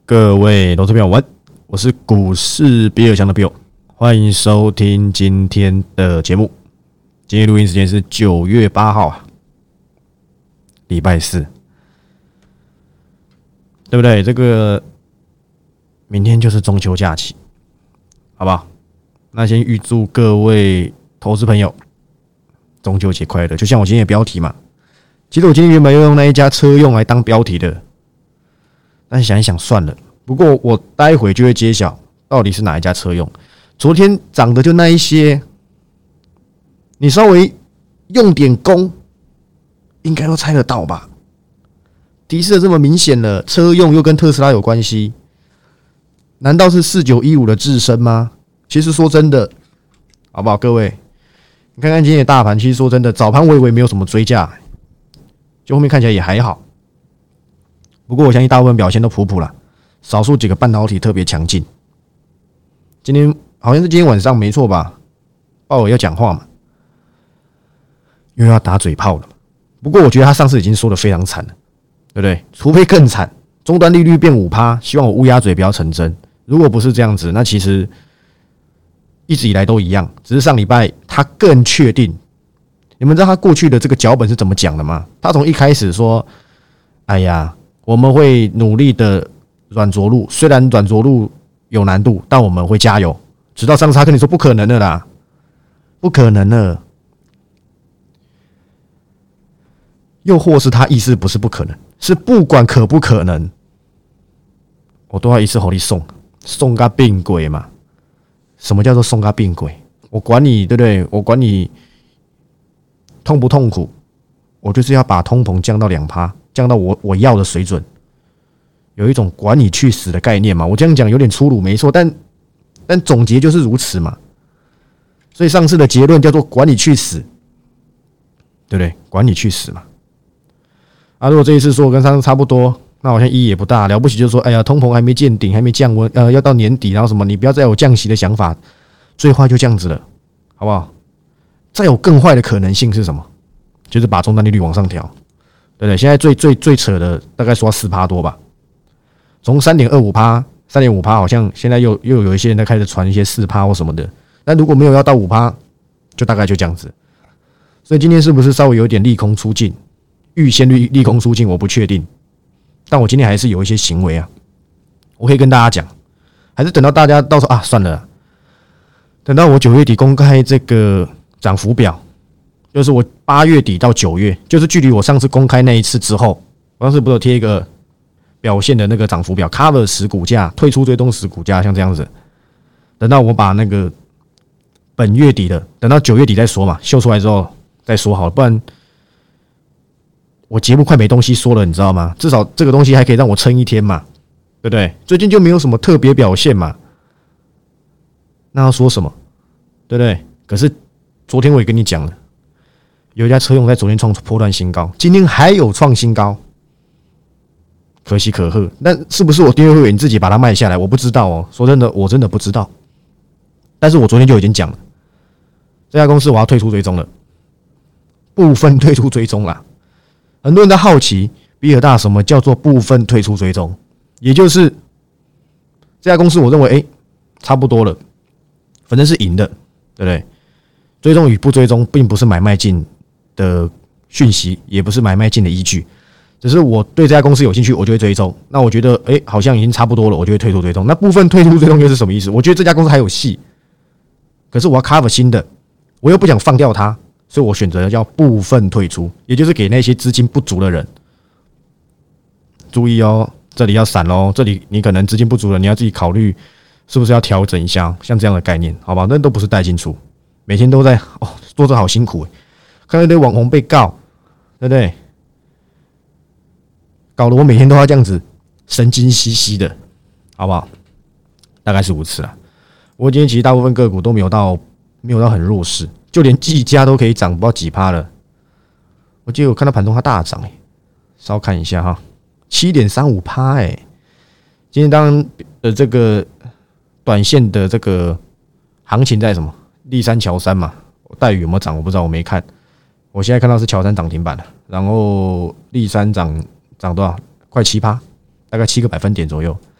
各位投资朋友，我是股市比尔强的 Bill， 欢迎收听今天的节目。今天录音时间是9月8号啊，礼拜四，对不对？这个明天就是中秋假期，好不好？那先预祝各位投资朋友中秋节快乐。就像我今天的标题嘛，其实我今天原本要用那一家车用来当标题的，但是想一想算了。不过我待会就会揭晓到底是哪一家车用。昨天涨的就那一些，你稍微用点功，应该都猜得到吧？提示的这么明显了，车用又跟特斯拉有关系，难道是4915的智深吗？其实说真的，好不好？各位，你看看今天的大盘，其实说真的，早盘我以为没有什么追价，就后面看起来也还好。不过我相信大部分表现都普普啦，少数几个半导体特别强劲。今天好像是今天晚上没错吧？鲍尔要讲话嘛，又要打嘴炮了。不过我觉得他上次已经说得非常惨了，对不对？除非更惨，终端利率变 5%， 希望我乌鸦嘴不要成真。如果不是这样子，那其实一直以来都一样，只是上礼拜他更确定。你们知道他过去的这个脚本是怎么讲的吗？他从一开始说：“哎呀，我们会努力的软着陆，虽然软着陆有难度，但我们会加油。”直到上次他跟你说不可能的啦，不可能了。又或是他意思不是不可能，是不管可不可能，我都要一次火力送个病鬼嘛。什么叫做送个病鬼？我管你对不对？我管你痛不痛苦，我就是要把通膨降到 2%， 降到我要的水准。有一种管你去死的概念嘛。我这样讲有点粗鲁没错，但总结就是如此嘛。所以上次的结论叫做管你去死，对不对？管你去死嘛。如果这一次说跟上次差不多，那好像意义也不大，了不起就是说，哎呀，通膨还没见顶，还没降温，要到年底，然后什么，你不要再有降息的想法，最坏就这样子了，好不好？再有更坏的可能性是什么？就是把终端利率往上调，对不对？现在最扯的大概说 4% 多吧，从 3.25%、3.5%， 好像现在又有一些人在开始传一些 4% 或什么的，但如果没有要到 5%， 就大概就这样子。所以今天是不是稍微有点利空出尽？预先利空出尽我不确定，但我今天还是有一些行为啊，我可以跟大家讲，还是等到大家到时候算了，等到我9月底公开这个涨幅表，就是我8月底到9月，就是距离我上次公开那一次之后，我当时不是有贴一个表现的那个涨幅表 ，cover 时股价、退出追踪时股价，像这样子。等到我把那个本月底的，等到9月底再说嘛，秀出来之后再说好了，不然我节目快没东西说了，你知道吗？至少这个东西还可以让我撑一天嘛，对不对？最近就没有什么特别表现嘛，那要说什么？对不对？可是昨天我也跟你讲了，有一家车用在昨天创波段新高，今天还有创新高，可喜可贺。但是不是我订阅会员自己把它卖下来？我不知道哦。说真的，我真的不知道。但是我昨天就已经讲了，这家公司我要退出追踪了，部分退出追踪啦。很多人在好奇，比尔大什么叫做部分退出追踪？也就是这家公司，我认为差不多了，反正是赢的，对不对？追踪与不追踪，并不是买卖进的讯息，也不是买卖进的依据，只是我对这家公司有兴趣，我就会追踪。那我觉得好像已经差不多了，我就会退出追踪。那部分退出追踪又是什么意思？我觉得这家公司还有戏，可是我要 cover 新的，我又不想放掉它。所以我选择要部分退出，也就是给那些资金不足的人注意哦，这里要闪哦，这里你可能资金不足了，你要自己考虑是不是要调整一下，像这样的概念，好吧？那都不是带进出，每天都在做着好辛苦，看到一堆网红被告，对不对？搞得我每天都要这样子神经兮兮的，好不好？大概是如此啦。我今天其实大部分个股都没有到很弱势。就连技嘉都可以涨不知道几%了，我记得我看到盘中它大涨稍看一下哈，7.35%今天当然这个短线的这个行情在什么？立山乔山嘛，待遇有没有涨我不知道，我没看。我现在看到是乔山涨停板了，然后立山涨多少？快7%，大概7个百分点左右。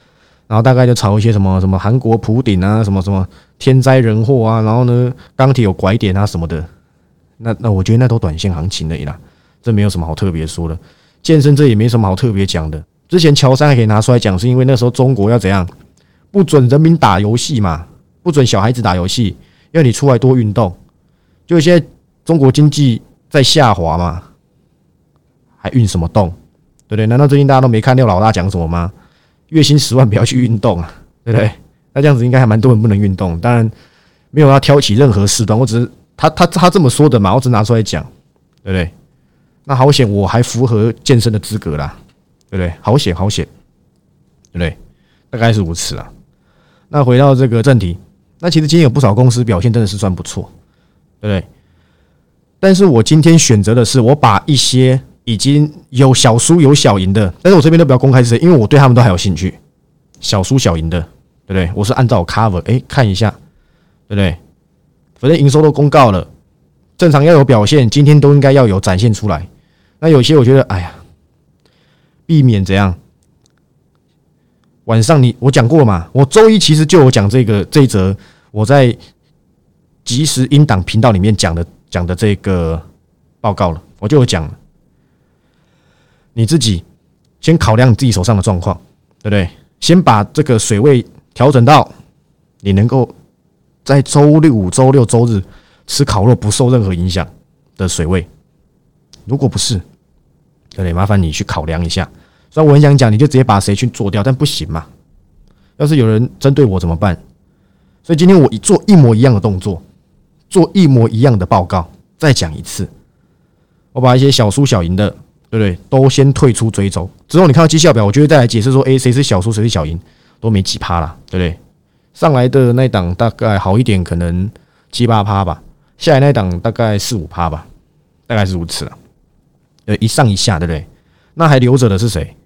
然后大概就炒一些什么什么韩国普鼎啊，什么什么天灾人祸啊，然后呢钢铁有拐点啊什么的，那我觉得那都短线行情而已啦，这没有什么好特别说的。健身这也没什么好特别讲的。之前乔山还可以拿出来讲，是因为那时候中国要怎样不准人民打游戏嘛，不准小孩子打游戏，要你出来多运动。就现在中国经济在下滑嘛，还运什么动？对不对？难道最近大家都没看廖老大讲什么吗？月薪10万不要去运动啊，对不对？那这样子应该还蛮多人不能运动。当然没有要挑起任何事端，我只是他这么说的嘛，我只拿出来讲，对不对？那好险，我还符合健身的资格啦，对不对？好险，对不对？大概是如此啦。那回到这个正题，那其实今天有不少公司表现真的是算不错，对不对？但是我今天选择的是，我把一些已经有小输有小赢的，但是我这边都不要公开是谁，因为我对他们都还有兴趣。小输小赢的，对不对？我是按照我 cover， 看一下，对不对？反正营收都公告了，正常要有表现，今天都应该要有展现出来。那有些我觉得，哎呀，避免怎样？晚上我讲过了嘛？我周一其实就有讲这一则我在即时音档频道里面讲的这个报告了，我就有讲了。你自己先考量你自己手上的状况，对不对？先把这个水位调整到你能够在周六、周日吃烤肉不受任何影响的水位。如果不是，对不对？麻烦你去考量一下。虽然我很想讲，你就直接把谁去做掉，但不行嘛。要是有人针对我怎么办？所以今天我做一模一样的动作，做一模一样的报告，再讲一次。我把一些小输小赢的，对不对？都先退出追踪。之后你看到绩效表，我就会再来解释说，谁是小输，谁是小赢，都没几趴啦，对不对？上来的那档大概好一点，可能7、8趴吧；下来那档大概4、5趴吧，大概是如此啦。一上一下，对不对？那还留着的是谁？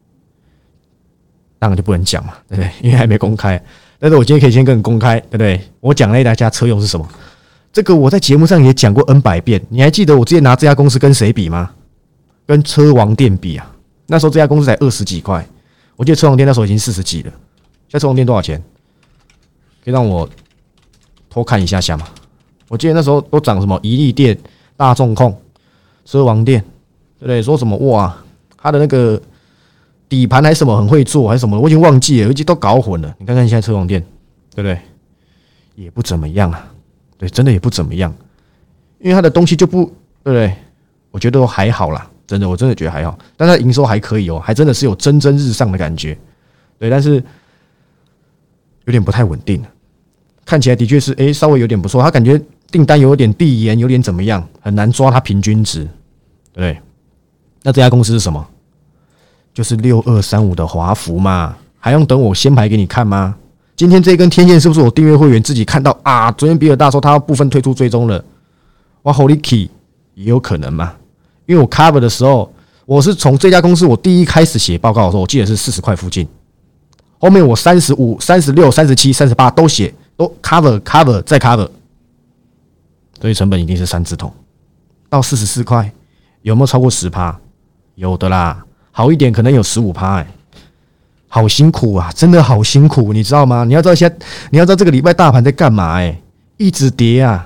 当然就不能讲嘛，对不对？因为还没公开。但是我今天可以先跟你公开，对不对？我讲那家车用是什么？这个我在节目上也讲过 N 百遍。你还记得我之前拿这家公司跟谁比吗？跟车王店比啊。那时候这家公司才20几块，我记得车王店那时候已经40几了。现在车王店多少钱？可以让我偷看一下下嘛？我记得那时候都涨什么宜利店、大众控、车王店。对不对？说什么哇，他的那个底盘还是什么很会做，还是什么，我已经忘记了，我已经都搞混了。你看看现在车王店，对不对？也不怎么样啊，对，真的也不怎么样，因为他的东西就不，对不对？我觉得都还好啦，真的，我真的觉得还好，但他营收还可以哦，还真的是有蒸蒸日上的感觉，对，但是有点不太稳定，看起来的确是稍微有点不错，他感觉订单有点递延，有点怎么样，很难抓他平均值，对不对？那这家公司是什么？就是6235的华孚嘛，还用等我先排给你看吗？今天这根天线是不是我订阅会员自己看到啊？昨天比尔大说他要部分退出追踪了，哇 ，Holy Key 也有可能嘛？因为我 cover 的时候，我是从这家公司我第一开始写报告的时候，我记得是40块附近，后面我35、36、37、38都写，都 cover 再 cover， 所以成本一定是3字头，到44块。有没有超过10%？有的啦，好一点可能有15%，好辛苦啊，真的好辛苦，你知道吗？你要知道这个礼拜大盘在干嘛？一直跌啊，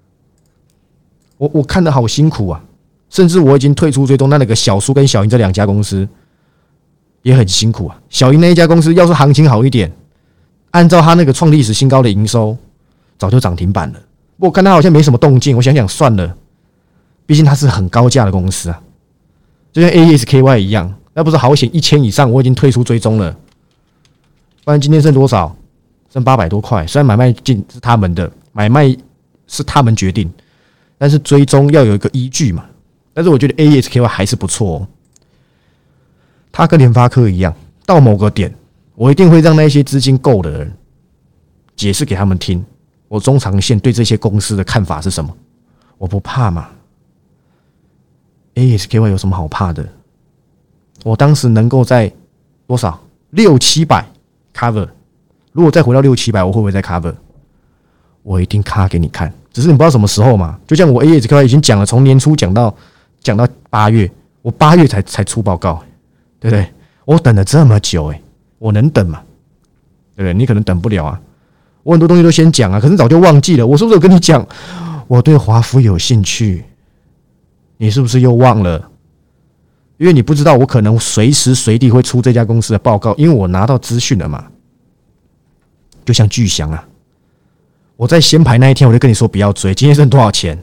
我看得好辛苦啊，甚至我已经退出追踪那个小苏跟小赢这2家公司，也很辛苦啊。小赢那一家公司要是行情好一点，按照他那个创历史新高的营收，早就涨停板了。我看他好像没什么动静，我想想算了。毕竟它是很高价的公司啊，就像 AESKY 一样，那不是好险1000以上，我已经退出追踪了。不然今天剩多少？剩800多块。虽然买卖进是他们的，买卖是他们决定，但是追踪要有一个依据嘛。但是我觉得 AESKY 还是不错哦。它跟联发科一样，到某个点，我一定会让那些资金够的人解释给他们听，我中长线对这些公司的看法是什么。我不怕嘛。ASKY 有什么好怕的？我当时能够在多少6、700 cover， 如果再回到6、700，我会不会再 cover？ 我一定 cover 给你看，只是你不知道什么时候嘛。就像我 ASKY 已经讲了，从年初讲到8月，我8月才出报告，对不对？我等了这么久，我能等吗？ 对不对？你可能等不了啊。我很多东西都先讲啊，可是早就忘记了。我是不是有跟你讲我对华孚有兴趣？你是不是又忘了？因为你不知道我可能随时随地会出这家公司的报告，因为我拿到资讯了嘛。就像巨翔啊，我在先排那一天我就跟你说不要追，今天剩多少钱？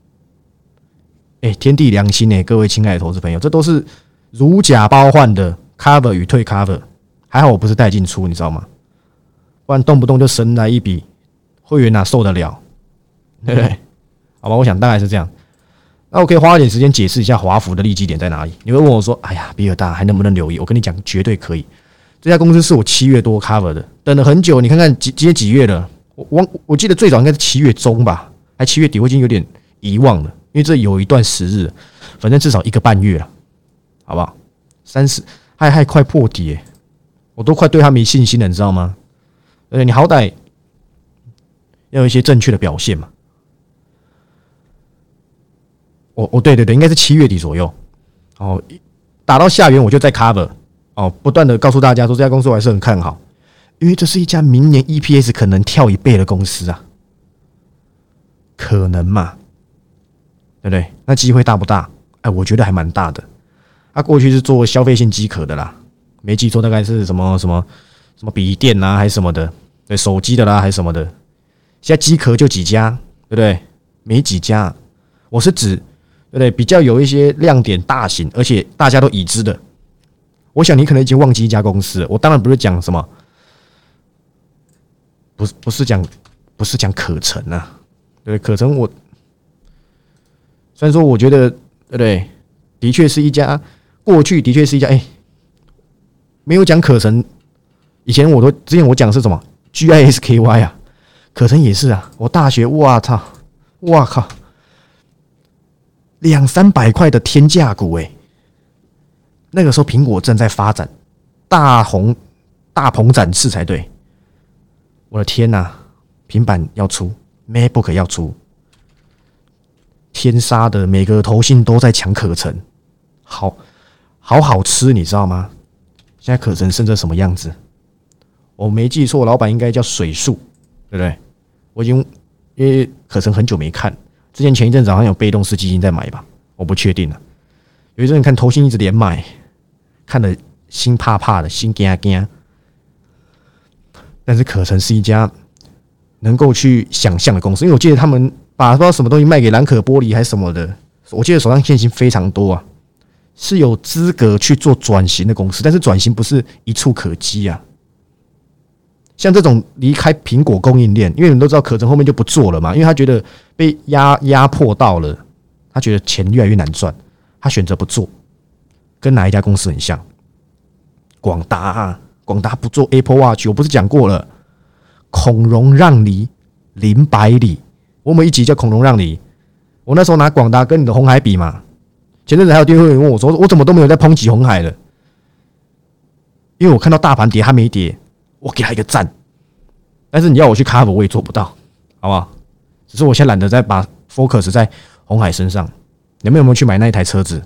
天地良心各位亲爱的投资朋友，这都是如假包换的 cover 与退 cover。还好我不是带进出，你知道吗？不然动不动就神来一笔，会员哪受得了？对不对？好吧，我想大概是这样。那我可以花一点时间解释一下华孚的利基点在哪里。你会问我说：“哎呀，比尔大还能不能留意？”我跟你讲，绝对可以。这家公司是我7月多 cover 的，等了很久。你看看今天几月了？我记得最早应该是7月中吧，还7月底，我已经有点遗忘了，因为这有一段时日了，反正至少1个半月了，好不好？30还快破底我都快对他没信心了，你知道吗？你好歹要有一些正确的表现嘛。对，应该是7月底左右。打到下元我就在 cover。不断的告诉大家说这家公司我还是很看好，因为这是一家明年 EPS 可能跳1倍的公司啊，可能嘛，对不对？那机会大不大？我觉得还蛮大的。过去是做消费性机壳的啦，没记错大概是什么笔电啊，还是什么的，对，手机的啦，还是什么的。现在机壳就几家，对不对？没几家，我是指对不对？比较有一些亮点、大型，而且大家都已知的。我想你可能已经忘记一家公司了，我当然不是讲什么，不是讲可成啊，对，可成我虽然说我觉得对不对，的确是一家过去的确是一家没有讲可成，以前之前我讲的是什么 GISKY 啊，可成也是啊，我大学哇靠200-300块的天价股那个时候苹果正在发展，大鹏展翅才对。我的天哪，平板要出 ，MacBook 要出，天杀的每个投信都在抢可成，好吃，你知道吗？现在可成剩成什么样子？我没记错，老板应该叫水树，对不对？我已经因为可成很久没看，之前一阵子好像有被动式基金在买吧，我不确定了。有一阵看投信一直连买。看得心怕怕的，心惊惊。但是可成是一家能够去想象的公司，因为我记得他们把不知道什么东西卖给蓝可玻璃还是什么的，我记得手上现金非常多啊，是有资格去做转型的公司。但是转型不是一触可及啊，像这种离开苹果供应链，因为你们都知道可成后面就不做了嘛，因为他觉得被压迫到了，他觉得钱越来越难赚，他选择不做。跟哪一家公司很像？广达不做 Apple Watch， 我不是讲过了？孔融让梨0百里，我们一集叫孔融让梨。我那时候拿广达跟你的鸿海比嘛。前阵子还有订户人问我说，我怎么都没有在抨击鸿海了？因为我看到大盘跌，他没跌，我给他一个赞。但是你要我去 cover， 我也做不到，好不好？只是我现在懒得再把 focus 在鸿海身上。你们有没有去买那一台车子？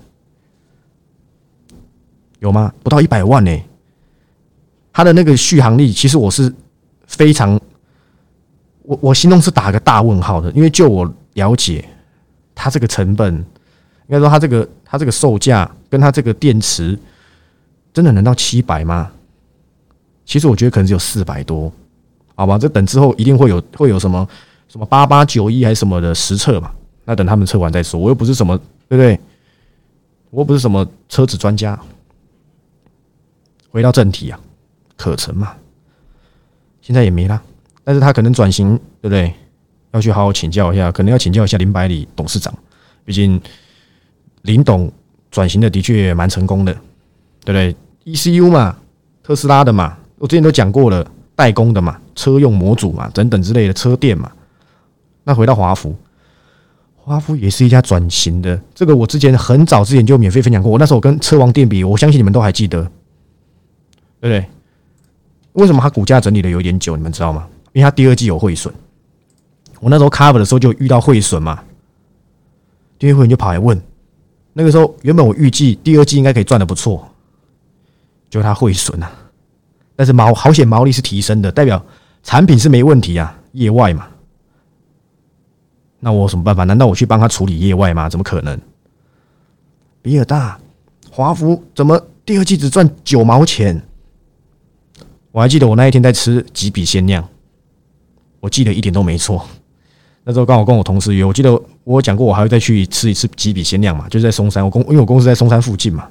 有吗？不到100万他的那个续航力，其实我是非常，我心中是打个大问号的，因为就我了解，它这个成本，应该说它这个售价跟它这个电池，真的能到700吗？其实我觉得可能只有400多，好吧？这等之后一定会有什么8891还是什么的实测嘛？那等他们测完再说。我又不是什么，对不对？我又不是什么车子专家。回到正题啊，可成嘛，现在也没啦。但是他可能转型，对不对？要去好好请教一下，可能要请教一下林百里董事长。毕竟林董转型的确蛮成功的，对不对 ？ECU 嘛，特斯拉的嘛，我之前都讲过了，代工的嘛，车用模组嘛，等等之类的车电嘛。那回到华孚也是一家转型的，这个我之前很早之前就免费分享过。我那时候跟车王店比，我相信你们都还记得。对不对？为什么它股价整理的有点久？你们知道吗？因为它第二季有汇损。我那时候 cover 的时候就遇到汇损嘛，第二会员就跑来问。那个时候原本我预计第二季应该可以赚得不错，结果它汇损啊， 但是好险毛利是提升的，代表产品是没问题啊，业外嘛。那我有什么办法？难道我去帮他处理业外吗？怎么可能？比尔大、华孚怎么第二季只赚9毛钱？我还记得我那一天在吃几笔鲜酿，我记得一点都没错。那时候刚好跟我同事约，我记得我有讲过，我还会再去吃一次几笔鲜酿嘛，就是在松山，因为我公司在松山附近嘛。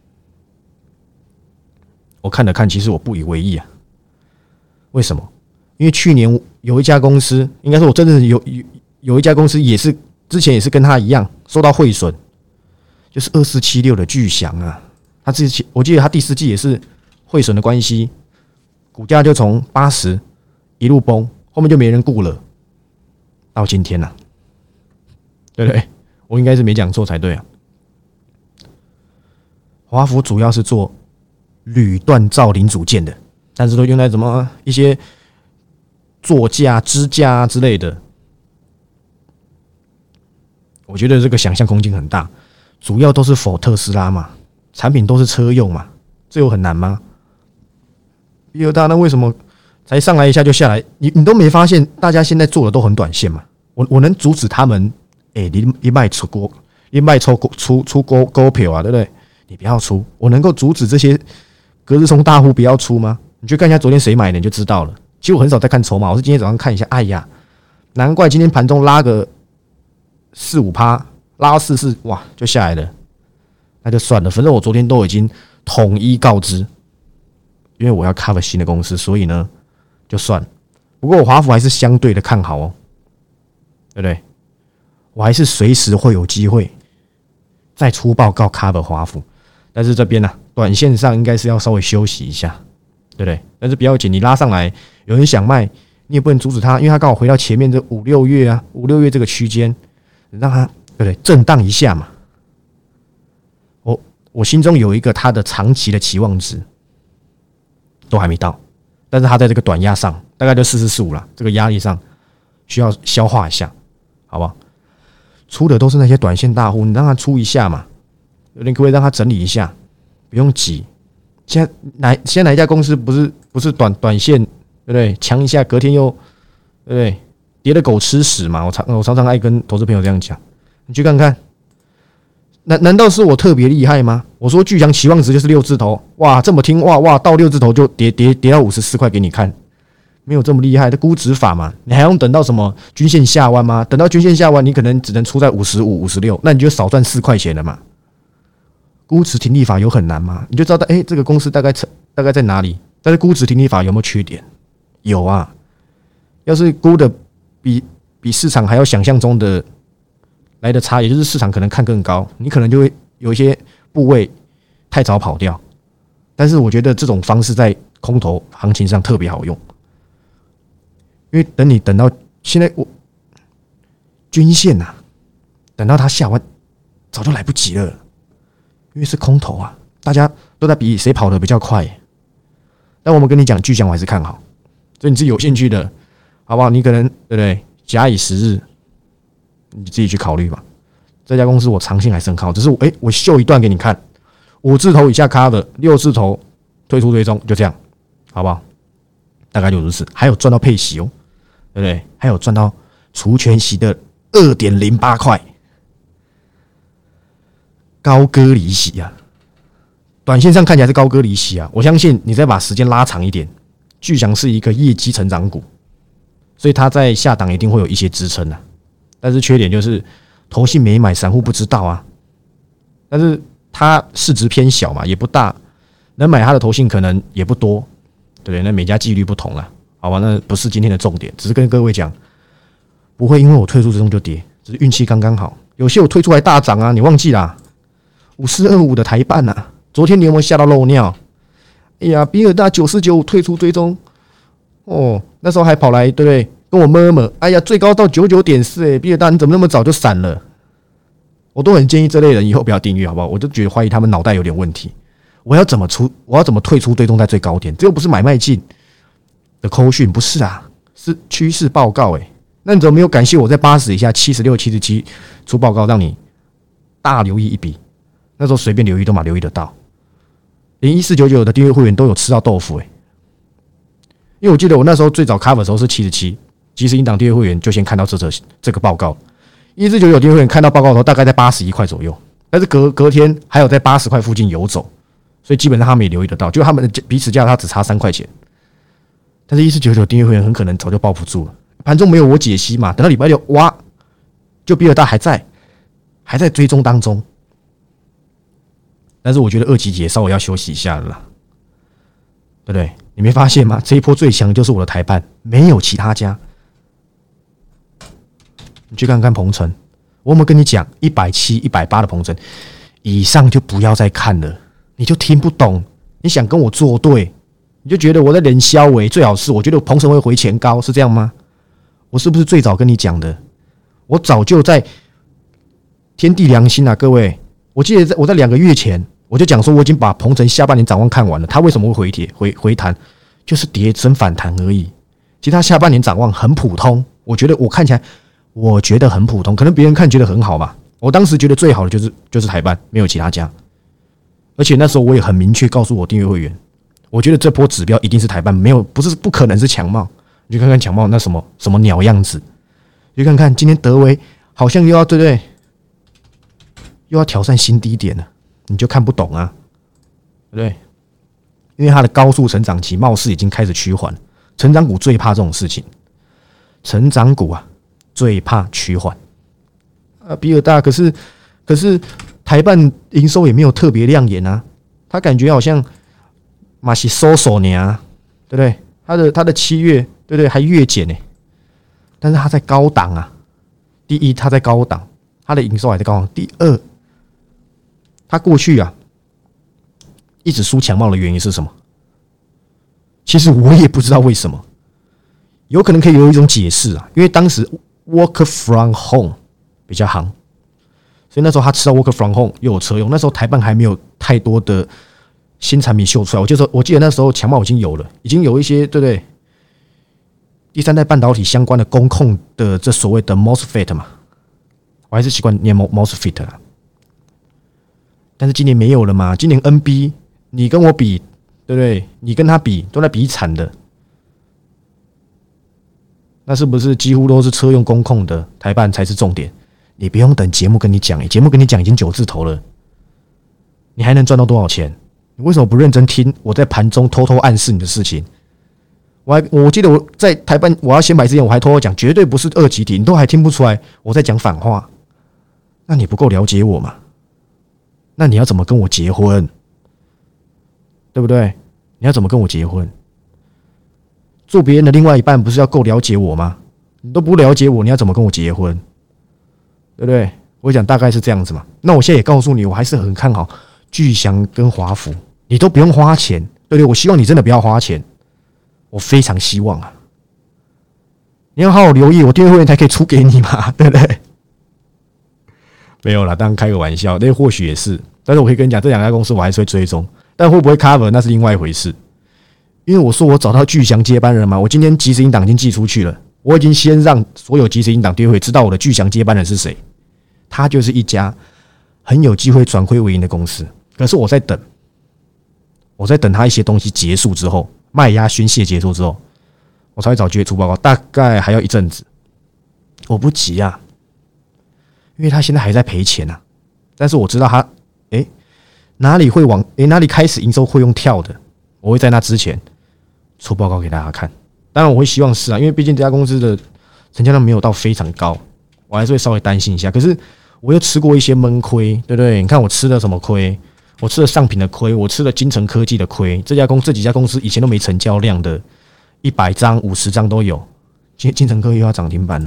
我看了看，其实我不以为意啊。为什么？因为去年有一家公司，应该说我真的有一家公司也是之前也是跟他一样受到汇损，就是2476的巨翔啊。我记得他第4季也是汇损的关系，股价就从80一路崩，后面就没人顾了，到今天啊，对不对？我应该是没讲错才对啊。华孚主要是做铝锻造零组件的，但是都用在什么一些座架、支架之类的。我觉得这个想象空间很大，主要都是否特斯拉嘛，产品都是车用嘛，这有很难吗？比尔大那为什么才上来一下就下来？你都没发现大家现在做的都很短线嘛？我能阻止他们？你卖出股票啊，对不对？你不要出，我能够阻止这些隔日冲大户不要出吗？你去看一下昨天谁买的，你就知道了。其实我很少在看筹码，我是今天早上看一下。哎呀，难怪今天盘中拉个4-5%，拉到44，哇，就下来了。那就算了，反正我昨天都已经统一告知，因为我要 cover 新的公司，所以呢就算了。不过我华孚还是相对的看好哦，对不对？我还是随时会有机会再出报告 cover 华孚，但是这边呢、短线上应该是要稍微休息一下，对不对？但是不要紧，你拉上来，有人想卖，你也不能阻止他，因为他刚好回到前面这5-6月啊，5-6月这个区间，让他对不对震荡一下嘛。我心中有一个他的长期的期望值，都还没到，但是他在这个短压上，大概就4445啦，这个压力上需要消化一下，好不好？出的都是那些短线大户，你让他出一下嘛，有点可不可以让他整理一下，不用急。现在哪一家公司不是短线，对不对？强一下，隔天又对不对？跌的狗吃屎嘛！我常常爱跟投资朋友这样讲，你去看看。难道是我特别厉害吗？我说巨翔期望值就是6字头，哇，这么听哇到6字头就跌到54块给你看，没有这么厉害的估值法嘛？你还用等到什么均线下弯吗？等到均线下弯，你可能只能出在55、56，那你就少赚4块钱了嘛。估值停利法有很难吗？你就知道，这个公司大概在哪里？但是估值停利法有没有缺点？有啊，要是估的比市场还要想象中的来的差，也就是市场可能看更高，你可能就会有一些部位太早跑掉。但是我觉得这种方式在空头行情上特别好用，因为等到现在均线啊，等到它下弯早就来不及了，因为是空头啊，大家都在比谁跑得比较快。但我们跟你讲，巨翔我还是看好，所以你自己有兴趣的，好不好？你可能对不对？假以时日，你自己去考虑吧。这家公司我长线还是很看好，只是我秀一段给你看，5字头以下 cover，6字头退出追踪，就这样，好不好？大概就如此。还有赚到配息哦，对不对？还有赚到除权息的2.08块，高歌离席啊！短线上看起来是高歌离席啊，我相信你再把时间拉长一点，巨翔是一个业绩成长股，所以它在下档一定会有一些支撑啊。但是缺点就是投信没买，散户不知道啊。但是它市值偏小嘛，也不大，能买它的投信可能也不多，对不对？那每家纪律不同啦，好吧？那不是今天的重点，只是跟各位讲，不会因为我退出之中就跌，只是运气刚刚好。有些我退出来大涨啊，你忘记啦？5425的台半啊，昨天你有没有吓到漏尿？哎呀，比尔大9495退出追踪，哦，那时候还跑来对不对？跟我摸，哎呀，最高到99.4，比尔大你怎么那么早就闪了？我都很建议这类人以后不要订阅，好不好？我就觉得怀疑他们脑袋有点问题。我要怎么退出追踪在最高点？这又不是买卖进的扣讯，不是啊，是趋势报告。那你怎么没有感谢我在80以下76、77出报告，让你大留意一笔？那时候随便留意都嘛留意得到，连1499的订阅会员都有吃到豆腐因为我记得我那时候最早 cover 的时候是77，即时音档订阅会员就先看到这个报告，1499订阅会员看到报告的时候大概在81块左右，但是隔天还有在80块附近游走，所以基本上他们也留意得到，就他们的彼此价差只差3块钱。但是1499订阅会员很可能早就抱不住了，盘中没有我解析嘛，等到礼拜六哇，就比尔大还在追踪当中。但是我觉得2级也稍微要休息一下了啦，对不对？你没发现吗？这一波最强就是我的台半，没有其他家。你去看看鹏程，我有没有跟你讲170、180的鹏程以上就不要再看了，你就听不懂，你想跟我作对，你就觉得我在连消尾，最好是我觉得鹏程会回前高，是这样吗？我是不是最早跟你讲的？我早就在天地良心啊，各位！我记得我在2个月前我就讲说，我已经把鹏程下半年展望看完了。它为什么会回弹？就是跌升反弹而已。其实它下半年展望很普通，我觉得我看起来，我觉得很普通，可能别人看觉得很好吧。我当时觉得最好的就是台半，没有其他家。而且那时候我也很明确告诉我订阅会员，我觉得这波指标一定是台半，不可能是强茂。你去看看强茂那什么鸟样子，你去看看今天德微好像又要对不对？又要挑战新低点了，你就看不懂啊，对不对？因为它的高速成长期貌似已经开始趋缓，成长股最怕这种事情，成长股啊最怕趋缓啊。比尔大可是台半营收也没有特别亮眼啊，他感觉好像马西收手呢啊，对不对？他的7月对不对还月减呢，但是他在高档啊，第一他在高档，他的营收还在高档，第二。他过去啊，一直输强茂的原因是什么？其实我也不知道为什么，有可能可以有一种解释啊，因为当时 work from home 比较行，所以那时候他吃到 work from home 又有车用，那时候台半还没有太多的新产品秀出来。我记得那时候强茂已经有一些对不对？第3代半导体相关的工控的这所谓的 MOSFET 嘛，我还是习惯念 MOSFET 啦。但是今年没有了嘛？今年 NB 你跟我比，对不对？你跟他比都在比惨的，那是不是几乎都是车用工控的台半才是重点？你不用等节目跟你讲，节目跟你讲已经9字头了，你还能赚到多少钱？你为什么不认真听我在盘中偷偷暗示你的事情？我记得我在台半我要先买之前，我还偷偷讲，绝对不是2级体，你都还听不出来我在讲反话，那你不够了解我嘛？那你要怎么跟我结婚？对不对？你要怎么跟我结婚？做别人的另外一半不是要够了解我吗？你都不了解我，你要怎么跟我结婚？对不对？我讲大概是这样子嘛。那我现在也告诉你，我还是很看好巨翔跟华孚，你都不用花钱，对不对？我希望你真的不要花钱，我非常希望啊。你要好好留意，我订阅会员才可以出给你嘛，对不对？没有啦，当然开个玩笑，那或许也是。但是我可以跟你讲，这2家公司我还是会追踪，但会不会 cover 那是另外一回事。因为我说我找到巨翔接班人嘛，我今天即时音档已经寄出去了，我已经先让所有即时音档订阅会知道我的巨翔接班人是谁，他就是一家很有机会转亏为盈的公司。可是我在等他一些东西结束之后，卖压宣泄结束之后，我才会找机会出报告，大概还要一阵子，我不急啊。因为他现在还在赔钱啊，但是我知道他，哪里开始营收会用跳的，我会在那之前出报告给大家看。当然我会希望是啊，因为毕竟这家公司的成交量没有到非常高，我还是会稍微担心一下。可是我又吃过一些闷亏，对不对？你看我吃了什么亏？我吃了上品的亏，我吃了金城科技的亏。这几家公司以前都没成交量的，100张、50张都有。金城科技又要涨停板了。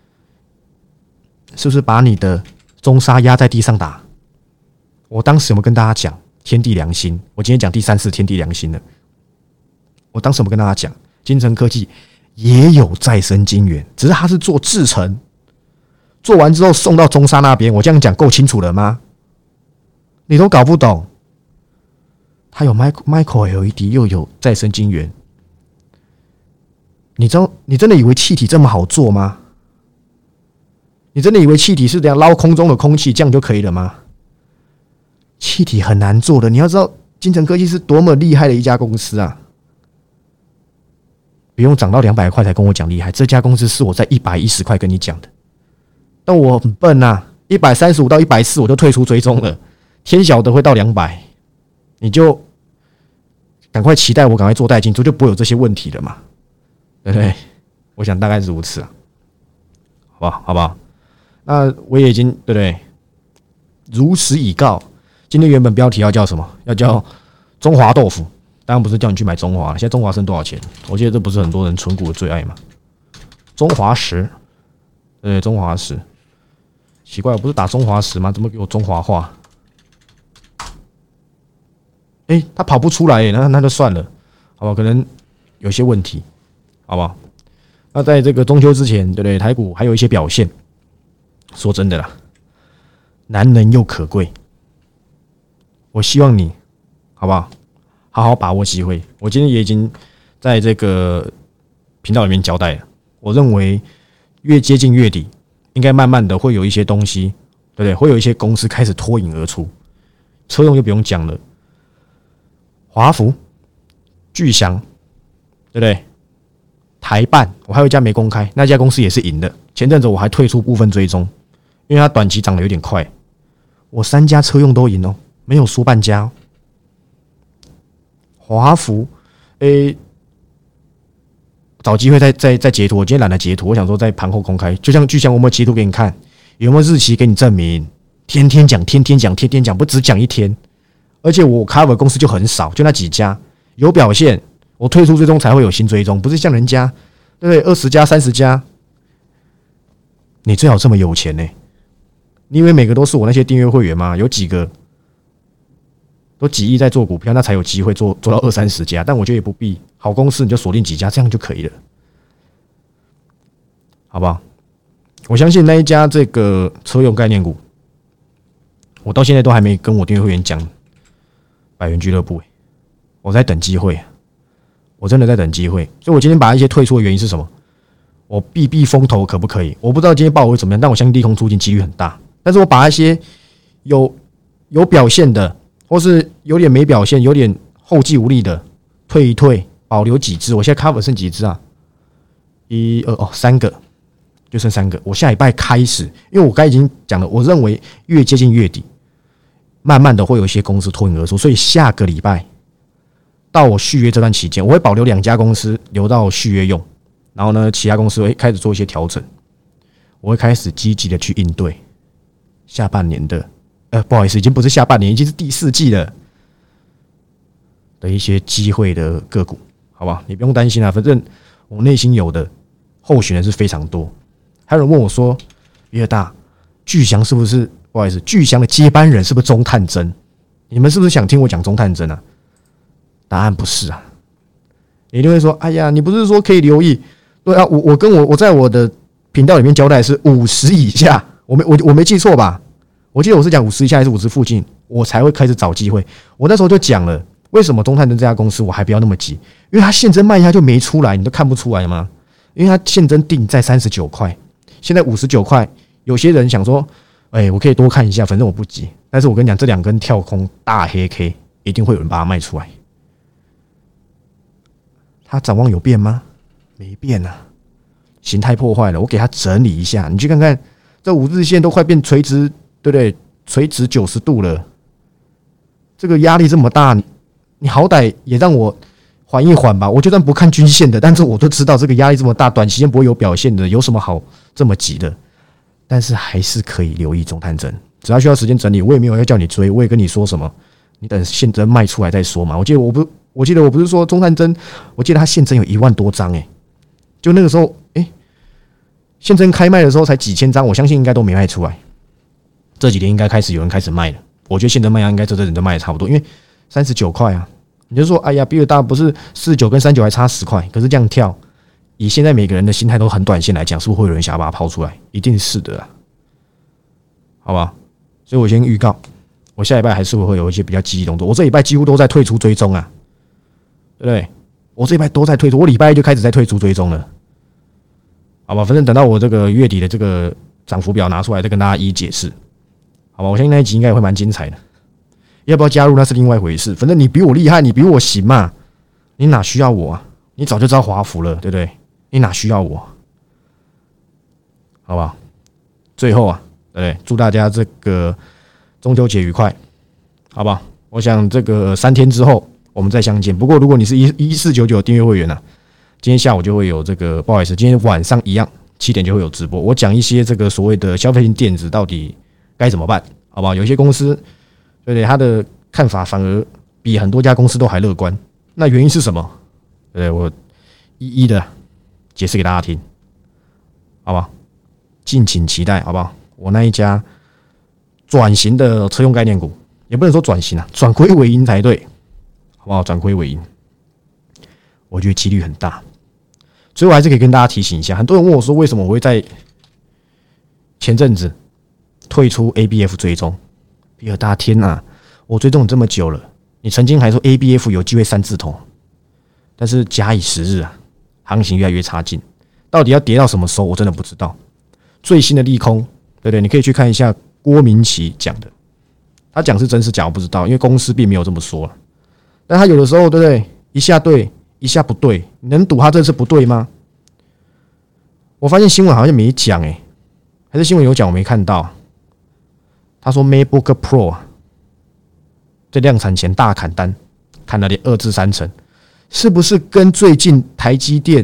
是不是把你的中沙压在地上打？我当时有没有跟大家讲天地良心？我今天讲第3次天地良心了。我当时有没有跟大家讲，金城科技也有再生晶圆，只是它是做制程，做完之后送到中沙那边。我这样讲够清楚了吗？你都搞不懂？它有 micro LED 又有再生晶圆，你真的以为气体这么好做吗？你真的以为气体是这样捞空中的空气这样就可以了吗？气体很难做的，你要知道金城科技是多么厉害的一家公司啊！ 不用涨到200块才跟我讲厉害，这家公司是我在110块跟你讲的，但我很笨啊，135到140我就退出追踪了，天晓得会到200，你就赶快期待我赶快做带进，就不会有这些问题了嘛，对不对？我想大概是如此啊，好不好？那我也已经对不对？如实以告，今天原本标题要叫什么？要叫中华豆腐。当然不是叫你去买中华，现在中华剩多少钱？我记得这不是很多人存股的最爱吗？中华食，对，中华食，奇怪，我不是打中华食吗？怎么给我中华化？他跑不出来那就算了，好吧？可能有些问题，好不好？那在这个中秋之前，对不对？台股还有一些表现。说真的啦，难能又可贵，我希望你，好不好？好好把握机会。我今天也已经在这个频道里面交代了，我认为越接近月底，应该慢慢的会有一些东西，对不对？会有一些公司开始脱颖而出。车用就不用讲了，华孚、巨翔，对不对？台办，我还有一家没公开，那家公司也是赢的。前阵子我还退出部分追踪，因为它短期涨得有点快。我3家车用都赢哦，没有输半家哦。华孚，找机会再截图，我今天懒得截图，我想说在盘后公开，就像巨翔，我有没有截图给你看？有没有日期给你证明？天天讲，不只讲一天。而且我 cover 公司就很少，就那几家有表现，我退出追踪才会有新追踪，不是像人家，对不对？20家、30家，你最好这么有钱呢？你以为每个都是我那些订阅会员吗？有几个都几亿在做股票，那才有机会做到20-30家。但我觉得也不必，好公司你就锁定几家，这样就可以了，好不好？我相信那一家这个车用概念股，我到现在都还没跟我订阅会员讲百元俱乐部，我在等机会，我真的在等机会。所以我今天把一些退出的原因是什么？我避风头可不可以？我不知道今天报会怎么样，但我相信利空出尽几率很大。但是我把一些有表现的，或是有点没表现、有点后继无力的退一退，保留几只。我现在 cover 剩几只啊？3个，就剩3个。我下礼拜开始，因为我刚才已经讲了，我认为越接近月底，慢慢的会有一些公司脱颖而出，所以下个礼拜到我续约这段期间，我会保留2家公司留到续约用，然后呢，其他公司会开始做一些调整，我会开始积极的去应对下半年的，不好意思，已经不是下半年，已经是第4季了的一些机会的个股，好不好？你不用担心啊，反正我内心有的候选人是非常多。还有人问我说，比尔大，巨翔是不是？不好意思，巨翔的接班人是不是中探针？你们是不是想听我讲中探针啊？答案不是啊。你一定会说，哎呀，你不是说可以留意？对啊，我在我的频道里面交代是50以下，我没记错吧？我记得我是讲50以下还是50附近，我才会开始找机会。我那时候就讲了，为什么中探针这家公司我还不要那么急？因为它现增卖压就没出来，你都看不出来吗？因为它现增定在39块，现在59块。有些人想说，我可以多看一下，反正我不急。但是我跟你讲，这2根跳空大黑 K， 一定会有人把它卖出来。它展望有变吗？没变啊，形态破坏了。我给它整理一下，你去看看，这5日线都快变垂直，对不对？垂直90度了，这个压力这么大，你好歹也让我缓一缓吧。我就算不看均线的，但是我都知道这个压力这么大，短期间不会有表现的，有什么好这么急的？但是还是可以留意中探针，只要需要时间整理，我也没有要叫你追，我也跟你说什么，你等现针卖出来再说嘛。我记得我不是说中探针，我记得它现针有1万多张就那个时候现针开卖的时候才几千张，我相信应该都没卖出来。这几天应该开始有人开始卖了，我觉得现针卖压应该这阵就卖的差不多，因为39块啊，你就说哎呀，比尔大不是49跟39还差10块，可是这样跳，以现在每个人的心态都很短线来讲，是不是会有人想要把它抛出来？一定是的啦，好吧？所以我先预告，我下礼拜还是会有一些比较积极动作。我这礼拜几乎都在退出追踪啊，对不对？我这礼拜都在退出，我礼拜一就开始在退出追踪了，好吧？反正等到我这个月底的这个涨幅表拿出来，再跟大家一一解释，好吧？我相信那一集应该也会蛮精彩的。要不要加入那是另外一回事，反正你比我厉害，你比我行嘛，你哪需要我啊？ 你早就知道华孚了，对不对？你哪需要我？好不好？最后啊，对不对？祝大家这个中秋节愉快，好不好？我想这个3天之后我们再相见。不过如果你是1499订阅会员啊，今天下午就会有这个，不好意思，今天晚上一样7点就会有直播。我讲一些这个所谓的消费性电子到底该怎么办，好不好？有一些公司，对不对？他的看法反而比很多家公司都还乐观。那原因是什么？对不对？我一一的解释给大家听，好不好？敬请期待，好不好？我那一家转型的车用概念股，也不能说转型啊，转亏为盈才对，好不好？转亏为盈，我觉得几率很大。所以我还是可以跟大家提醒一下，很多人问我说，为什么我会在前阵子退出 ABF 追踪？比尔大天啊，我追踪你这么久了，你曾经还说 ABF 有机会3字头，但是假以时日啊，行情越来越差劲，到底要跌到什么时候，我真的不知道。最新的利空，对不对？你可以去看一下郭明奇讲的，他讲是真是假我不知道，因为公司并没有这么说了。但他有的时候，对不对？一下对，一下不对，你能赌他这次不对吗？我发现新闻好像没讲还是新闻有讲我没看到。他说 MacBook Pro 啊，在量产前大砍单，砍了2至3成，是不是跟最近台积电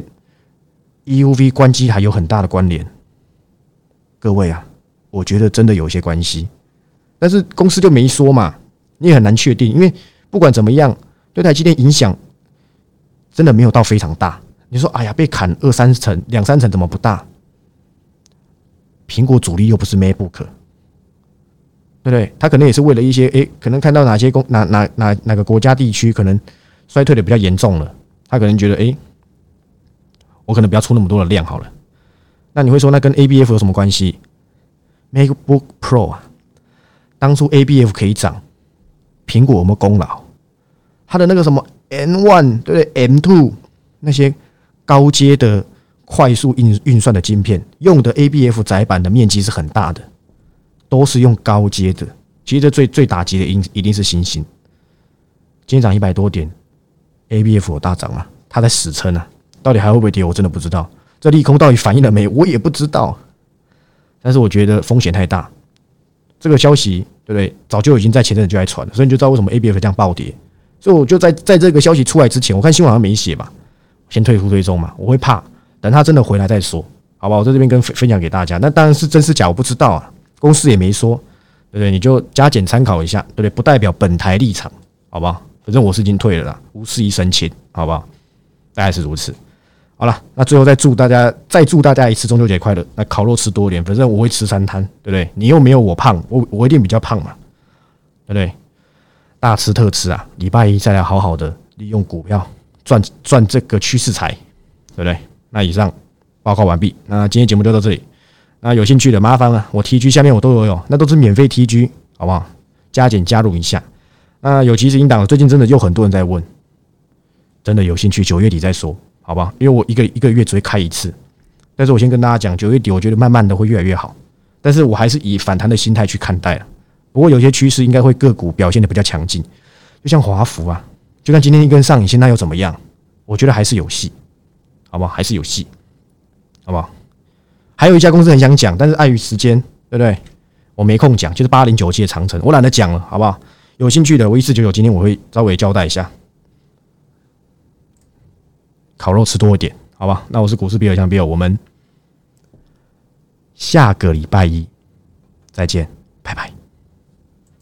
EUV 关机还有很大的关联？各位啊，我觉得真的有些关系，但是公司就没说嘛，你也很难确定，因为不管怎么样，对台积电影响真的没有到非常大。你说，哎呀，被砍2、3成、2、3成怎么不大？苹果主力又不是 MacBook， 对不对？他可能也是为了一些，可能看到哪些哪个国家地区可能衰退的比较严重了，他可能觉得，我可能不要出那么多的量好了。那你会说，那跟 ABF 有什么关系 ？MacBook Pro 啊，当初 ABF 可以涨，苹果有没有功劳？它的那个什么 M1 对不对 ？M2 那些高阶的快速运算的晶片，用的 ABF 载板的面积是很大的，都是用高阶的。其实这最打击的一定是星星，今天涨100多点 ，ABF 有大涨吗？它在死撑啊，到底还会不会跌？我真的不知道。这利空到底反映了没？我也不知道。但是我觉得风险太大，这个消息对不对？早就已经在前阵子就在传了，所以你就知道为什么 ABF 这样暴跌。所以我就在这个消息出来之前，我看新闻好像没写吧，先退出追踪嘛，我会怕，等他真的回来再说，好吧？我在这边分享给大家。那当然是真是假，我不知道啊，公司也没说，对不对？你就加减参考一下，对不对？不代表本台立场，好不好？反正我是已经退了啦，无事一身轻，好不好？大概是如此。好了，那最后再祝大家一次中秋节快乐。那烤肉吃多一点，反正我会吃3摊，对不对？你又没有我胖，我一定比较胖嘛，对不对？大吃特吃啊！礼拜一再来好好的利用股票赚这个趋势财，对不对？那以上报告完毕，那今天节目就到这里。那有兴趣的麻烦了，我 TG 下面我都有，那都是免费 TG， 好不好？加入一下。那有即时音档，最近真的有很多人在问，真的有兴趣9月底再说。好吧，因为我一个月只会开一次，但是我先跟大家讲，9月底我觉得慢慢的会越来越好，但是我还是以反弹的心态去看待了。不过有些趋势应该会个股表现的比较强劲，就像华孚啊，就像今天一根上影线，那又怎么样？我觉得还是有戏，好不好？还是有戏，好不好？还有一家公司很想讲，但是碍于时间，对不对？我没空讲，就是8097的长城，我懒得讲了，好不好？有兴趣的，我1499今天我会稍微交代一下。烤肉吃多一点，好吧？那我是股市比尔强比尔，我们下个礼拜一再见。